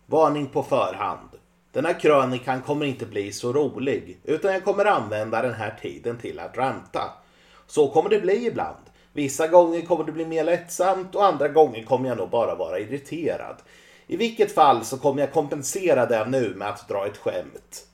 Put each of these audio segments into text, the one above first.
Varning på förhand. Den här krönikan kommer inte bli så rolig, utan jag kommer använda den här tiden till att ranta. Så kommer det bli ibland. Vissa gånger kommer det bli mer lättsamt och andra gånger kommer jag nog bara vara irriterad. I vilket fall så kommer jag kompensera det nu med att dra ett skämt.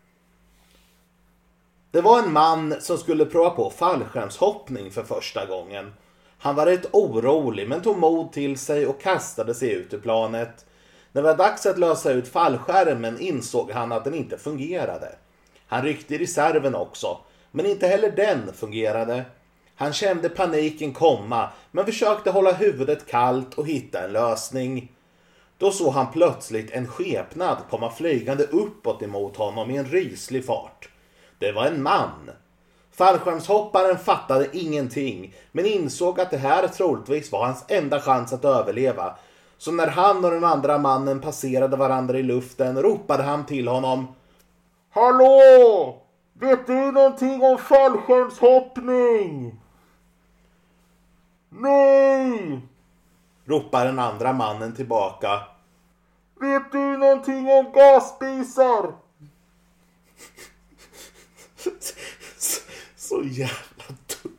Det var en man som skulle prova på fallskärmshoppning för första gången. Han var rätt orolig men tog mod till sig och kastade sig ut ur planet. När det var dags att lösa ut fallskärmen insåg han att den inte fungerade. Han ryckte i reserven också, men inte heller den fungerade. Han kände paniken komma, men försökte hålla huvudet kallt och hitta en lösning. Då såg han plötsligt en skepnad komma flygande uppåt emot honom i en ryslig fart. Det var en man. Fallskärmshopparen fattade ingenting, men insåg att det här troligtvis var hans enda chans att överleva. Så när han och den andra mannen passerade varandra i luften ropade han till honom: Hallå! Vet du någonting om fallskärmshoppning? Nej! Ropar den andra mannen tillbaka. Vet du någonting om gasspisar? Så jävla dumt.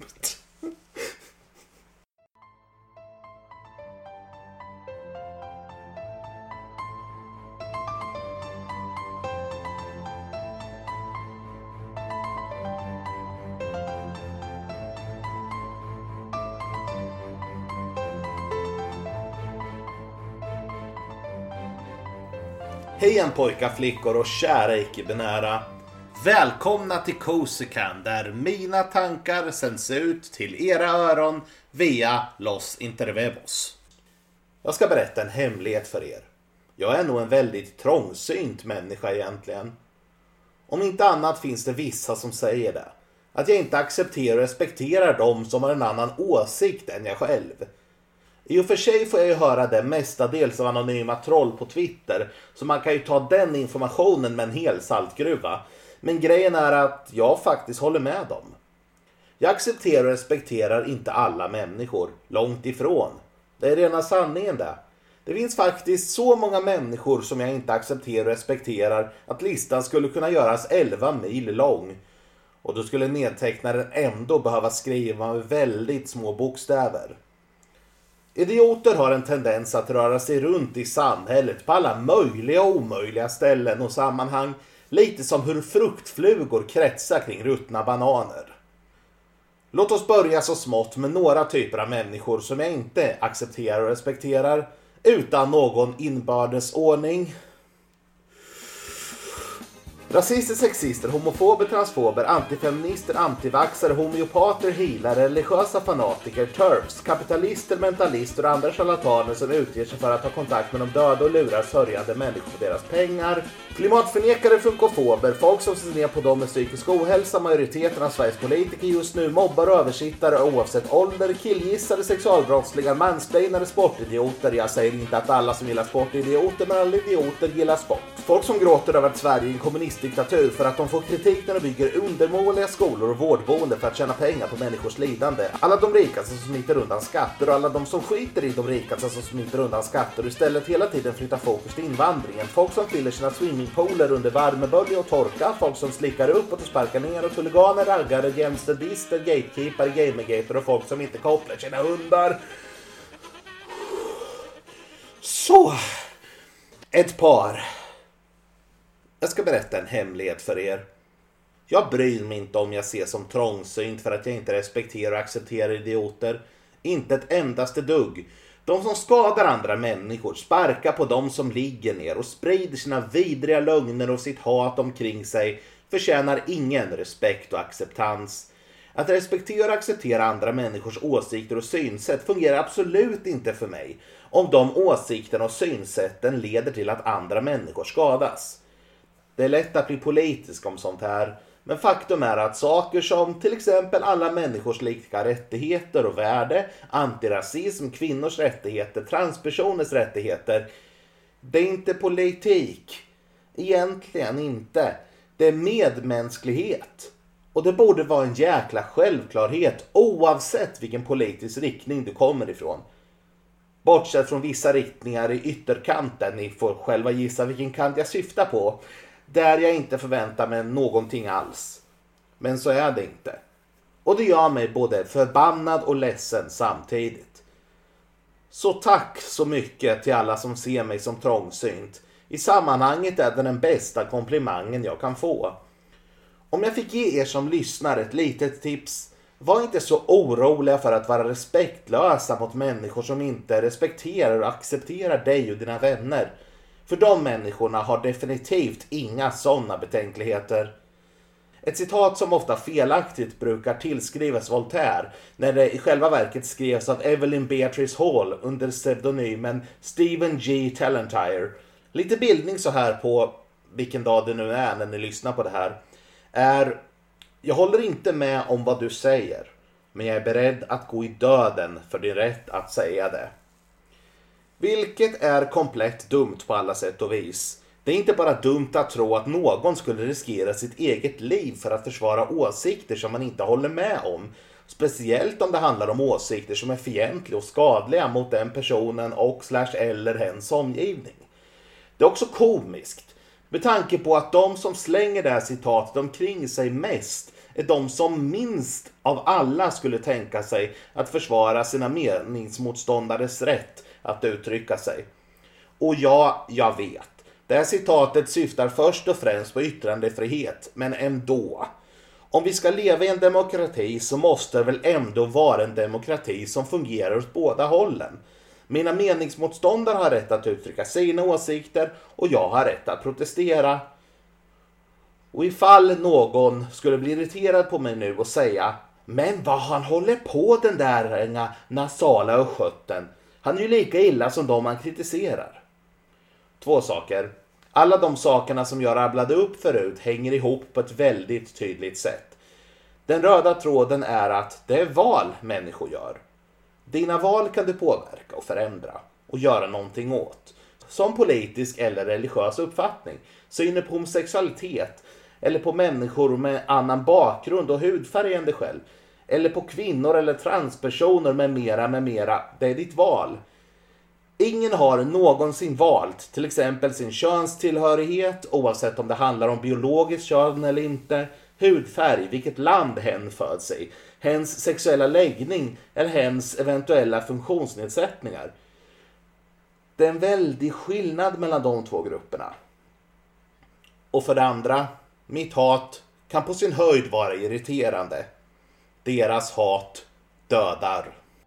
Hej pojkar, flickor och kära icke-binära. Välkomna till Cozycan där mina tankar sänds ut till era öron via Los Intervevos. Jag ska berätta en hemlighet för er. Jag är nog en väldigt trångsynt människa egentligen. Om inte annat finns det vissa som säger det. Att jag inte accepterar och respekterar dem som har en annan åsikt än jag själv. I och för sig får jag ju höra det mestadels av anonyma troll på Twitter, så man kan ju ta den informationen med en hel saltgruva. Men grejen är att jag faktiskt håller med dem. Jag accepterar och respekterar inte alla människor, långt ifrån. Det är rena sanningen det. Det finns faktiskt så många människor som jag inte accepterar och respekterar att listan skulle kunna göras 11 mil lång. Och då skulle nedtecknaren ändå behöva skriva med väldigt små bokstäver. Idioter har en tendens att röra sig runt i samhället på alla möjliga och omöjliga ställen och sammanhang, lite som hur fruktflugor kretsar kring ruttna bananer. Låt oss börja så smått med några typer av människor som jag inte accepterar och respekterar, utan någon inbördes ordning. Rasister, sexister, homofober, transfober, antifeminister, antivaxare, homeopater, healare, religiösa fanatiker, turfs, kapitalister, mentalister och andra charlataner som utger sig för att ha kontakt med de döda och lurar sörjande människor på deras pengar. Klimatförnekare, funkofober, folk som ser ner på dem med psykisk ohälsa, majoriteten av Sveriges politiker just nu, mobbar och översittare oavsett ålder, killgissade, sexualbrottslingar, mansplainare, sportidioter. Jag säger inte att alla som gillar sport är idioter, men alla idioter gillar sport. Folk som gråter över att Sverige är en kommunistdiktatur för att de får kritik när de bygger undermåliga skolor och vårdboende för att tjäna pengar på människors lidande. Alla de rikaste som smiter undan skatter och alla de som skiter i de rikaste som smiter undan skatter och istället hela tiden flyttar fokus till invandringen. Folk som fyller sina swimmingpooler under värmebölja och torka. Folk som slickar upp och sparkar ner och huliganer, raggare, jämställdhister, gatekeepare, gamergater och folk som inte kopplar sina hundar. Så, ett par. Jag ska berätta en hemlighet för er. Jag bryr mig inte om jag ses som trångsynt för att jag inte respekterar och accepterar idioter. Inte ett endaste dugg. De som skadar andra människor, sparkar på dem som ligger ner och sprider sina vidriga lögner och sitt hat omkring sig förtjänar ingen respekt och acceptans. Att respektera och acceptera andra människors åsikter och synsätt fungerar absolut inte för mig om de åsikterna och synsätten leder till att andra människor skadas. Det är lätt att bli politisk om sånt här, men faktum är att saker som till exempel alla människors lika rättigheter och värde, antirasism, kvinnors rättigheter, transpersoners rättigheter, det är inte politik. Egentligen inte. Det är medmänsklighet. Och det borde vara en jäkla självklarhet oavsett vilken politisk riktning du kommer ifrån. Bortsett från vissa riktningar i ytterkanten, ni får själva gissa vilken kant jag syftar på, där jag inte förväntar mig någonting alls. Men så är det inte. Och det gör mig både förbannad och ledsen samtidigt. Så tack så mycket till alla som ser mig som trångsynt. I sammanhanget är det den bästa komplimangen jag kan få. Om jag fick ge er som lyssnar ett litet tips: var inte så oroliga för att vara respektlösa mot människor som inte respekterar och accepterar dig och dina vänner. För de människorna har definitivt inga sådana betänkligheter. Ett citat som ofta felaktigt brukar tillskrivas Voltaire, när det i själva verket skrevs av Evelyn Beatrice Hall under pseudonymen Stephen G. Tallentire. Lite bildning så här på vilken dag det nu är när ni lyssnar på det här är: jag håller inte med om vad du säger, men jag är beredd att gå i döden för din rätt att säga det. Vilket är komplett dumt på alla sätt och vis. Det är inte bara dumt att tro att någon skulle riskera sitt eget liv för att försvara åsikter som man inte håller med om. Speciellt om det handlar om åsikter som är fientliga och skadliga mot den personen och eller hens omgivning. Det är också komiskt, med tanke på att de som slänger det här citatet omkring sig mest är de som minst av alla skulle tänka sig att försvara sina meningsmotståndares rätt att uttrycka sig. Och ja, jag vet. Det här citatet syftar först och främst på yttrandefrihet, men ändå. Om vi ska leva i en demokrati så måste det väl ändå vara en demokrati som fungerar åt båda hållen. Mina meningsmotståndare har rätt att uttrycka sina åsikter och jag har rätt att protestera. Och ifall någon skulle bli irriterad på mig nu och säga: men vad han håller på den där nasala östgöten. Han är ju lika illa som de han kritiserar. Två saker. Alla de sakerna som jag rabblade upp förut hänger ihop på ett väldigt tydligt sätt. Den röda tråden är att det är val människor gör. Dina val kan du påverka och förändra och göra någonting åt. Som politisk eller religiös uppfattning, synen på homosexualitet eller på människor med annan bakgrund och hudfärg än dig själv, eller på kvinnor eller transpersoner med mera. Det är ditt val. Ingen har någonsin valt till exempel sin könstillhörighet, oavsett om det handlar om biologiskt kön eller inte, hudfärg, vilket land hen föds i, hens sexuella läggning eller hens eventuella funktionsnedsättningar. Det är en väldig skillnad mellan de två grupperna. Och för det andra, mitt hat kan på sin höjd vara irriterande. Deras hat dödar.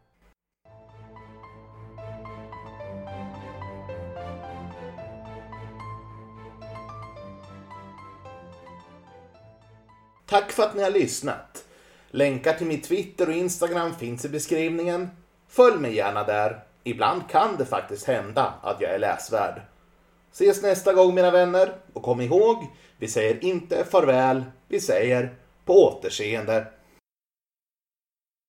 Tack för att ni har lyssnat. Länkar till mitt Twitter och Instagram finns i beskrivningen. Följ mig gärna där. Ibland kan det faktiskt hända att jag är läsvärd. Ses nästa gång mina vänner. Och kom ihåg, vi säger inte farväl, vi säger på återseende.